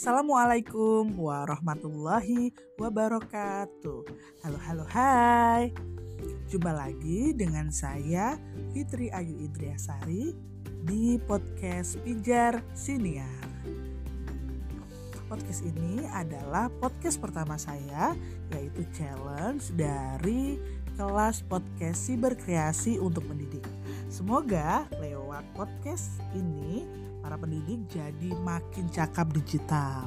Assalamualaikum warahmatullahi wabarakatuh. Halo, hai. Jumpa lagi dengan saya Fitri Ayu Indriasari di podcast Pijar Siniar. Podcast ini adalah podcast pertama saya, yaitu challenge dari kelas podcast Siberkreasi untuk Pendidik. Semoga lewat podcast ini para pendidik jadi makin cakap digital.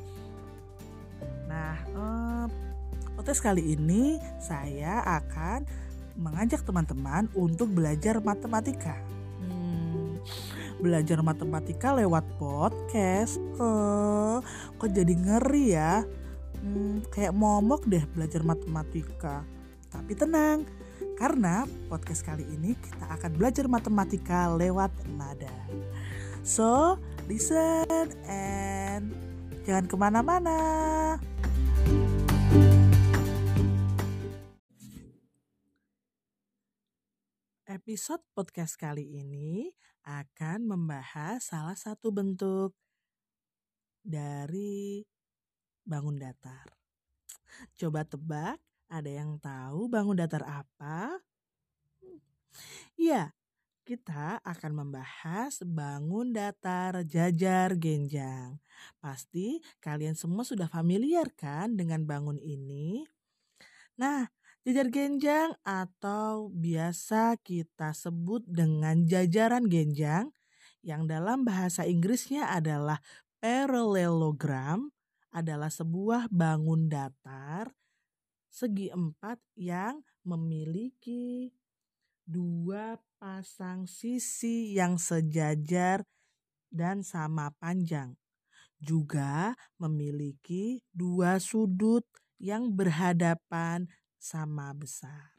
Nah, podcast kali ini saya akan mengajak teman-teman untuk belajar matematika. Belajar matematika lewat podcast. Kok jadi ngeri ya? Kayak momok deh belajar matematika. Tapi tenang, karena podcast kali ini kita akan belajar matematika lewat nada. So, listen and jangan kemana-mana. Episode podcast kali ini akan membahas salah satu bentuk dari bangun datar. Coba tebak, ada yang tahu bangun datar apa? Iya. Kita akan membahas bangun datar jajar genjang. Pasti kalian semua sudah familiar kan dengan bangun ini? Nah, jajar genjang atau biasa kita sebut dengan jajaran genjang yang dalam bahasa Inggrisnya adalah parallelogram adalah sebuah bangun datar segi empat yang memiliki dua pasang sisi yang sejajar dan sama panjang. Juga memiliki dua sudut yang berhadapan sama besar.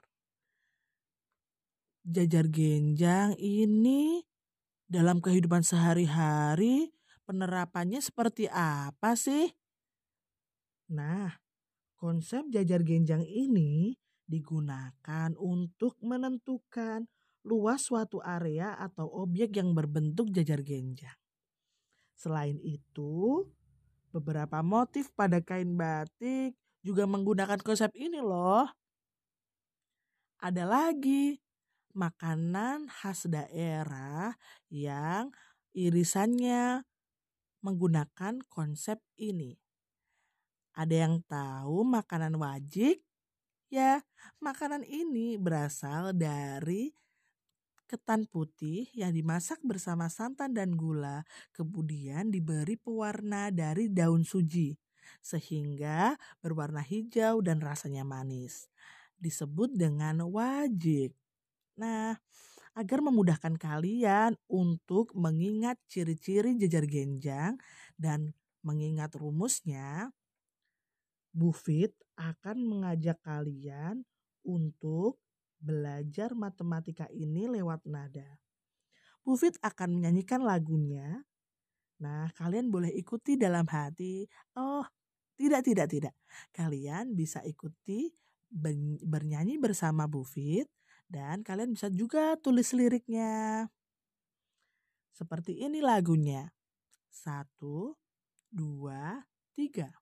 Jajar genjang ini dalam kehidupan sehari-hari penerapannya seperti apa sih? Nah, konsep jajar genjang ini digunakan untuk menentukan luas suatu area atau objek yang berbentuk jajar genjang. Selain itu, beberapa motif pada kain batik juga menggunakan konsep ini loh. Ada lagi makanan khas daerah yang irisannya menggunakan konsep ini. Ada yang tahu makanan wajik? Ya, makanan ini berasal dari ketan putih yang dimasak bersama santan dan gula, kemudian diberi pewarna dari daun suji, sehingga berwarna hijau dan rasanya manis. Disebut dengan wajik. Nah, agar memudahkan kalian untuk mengingat ciri-ciri jajar genjang dan mengingat rumusnya, Bu Fit akan mengajak kalian untuk belajar matematika ini lewat nada. Bu Fit akan menyanyikan lagunya. Nah, kalian boleh ikuti dalam hati. Oh, tidak. Kalian bisa ikuti bernyanyi bersama Bu Fit dan kalian bisa juga tulis liriknya. Seperti ini lagunya. 1, 2, 3.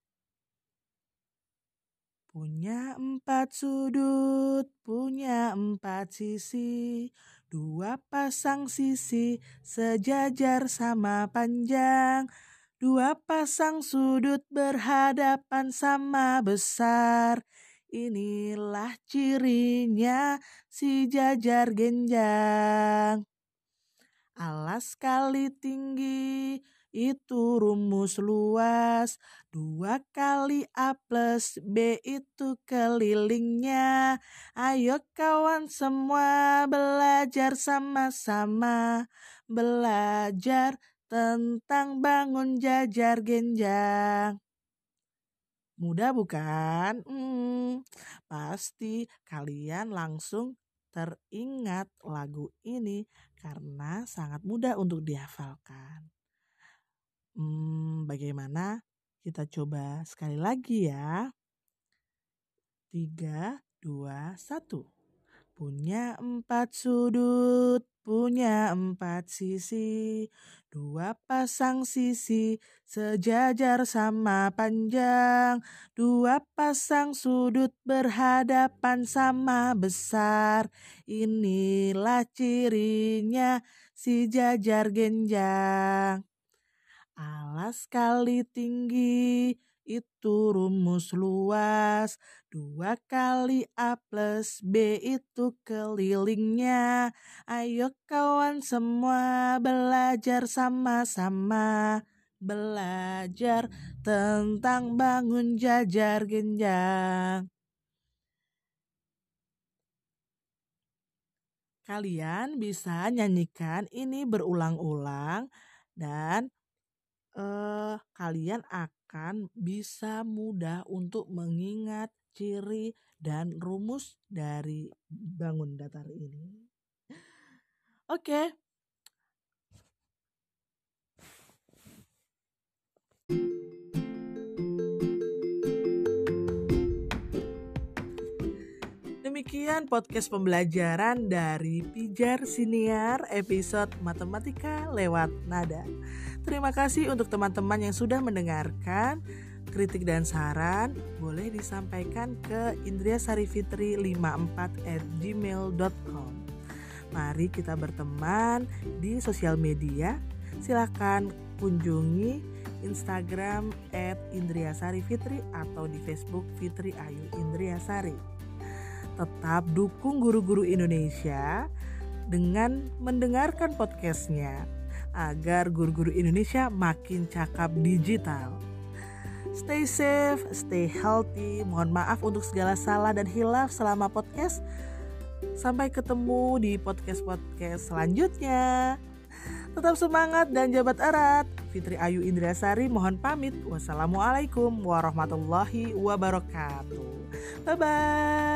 Punya 4 sudut, punya 4 sisi, 2 pasang sisi sejajar sama panjang, 2 pasang sudut berhadapan sama besar. Inilah cirinya si jajar genjang. Alas kali tinggi, itu rumus luas. 2 kali A plus B itu kelilingnya. Ayo kawan semua belajar sama-sama. Belajar tentang bangun jajar genjang. Mudah bukan? Pasti kalian langsung teringat lagu ini karena sangat mudah untuk dihafalkan. Bagaimana? Kita coba sekali lagi ya. 3, 2, 1. Punya 4 sudut, punya 4 sisi, 2 pasang sisi sejajar sama panjang, 2 pasang sudut berhadapan sama besar. Inilah cirinya si jajar genjang. Alas kali tinggi itu rumus luas, 2 kali A plus B itu kelilingnya. Ayo kawan semua belajar sama-sama, belajar tentang bangun jajar genjang. Kalian bisa nyanyikan ini berulang-ulang dan kalian akan bisa mudah untuk mengingat ciri dan rumus dari bangun datar ini. Oke. Demikian podcast pembelajaran dari Pijar Siniar episode Matematika lewat Nada. Terima kasih untuk teman-teman yang sudah mendengarkan. Kritik dan saran boleh disampaikan ke indriasarifitri54@gmail.com. Mari kita berteman di sosial media. Silakan kunjungi Instagram @indriasarifitri atau di Facebook Fitri Ayu Indriasari. Tetap dukung guru-guru Indonesia dengan mendengarkan podcastnya agar guru-guru Indonesia makin cakap digital. Stay safe, stay healthy. Mohon maaf untuk segala salah dan hilaf selama podcast. Sampai ketemu di podcast-podcast selanjutnya. Tetap semangat dan jabat erat. Fitri Ayu Indriasari mohon pamit. Wassalamualaikum warahmatullahi wabarakatuh. Bye-bye.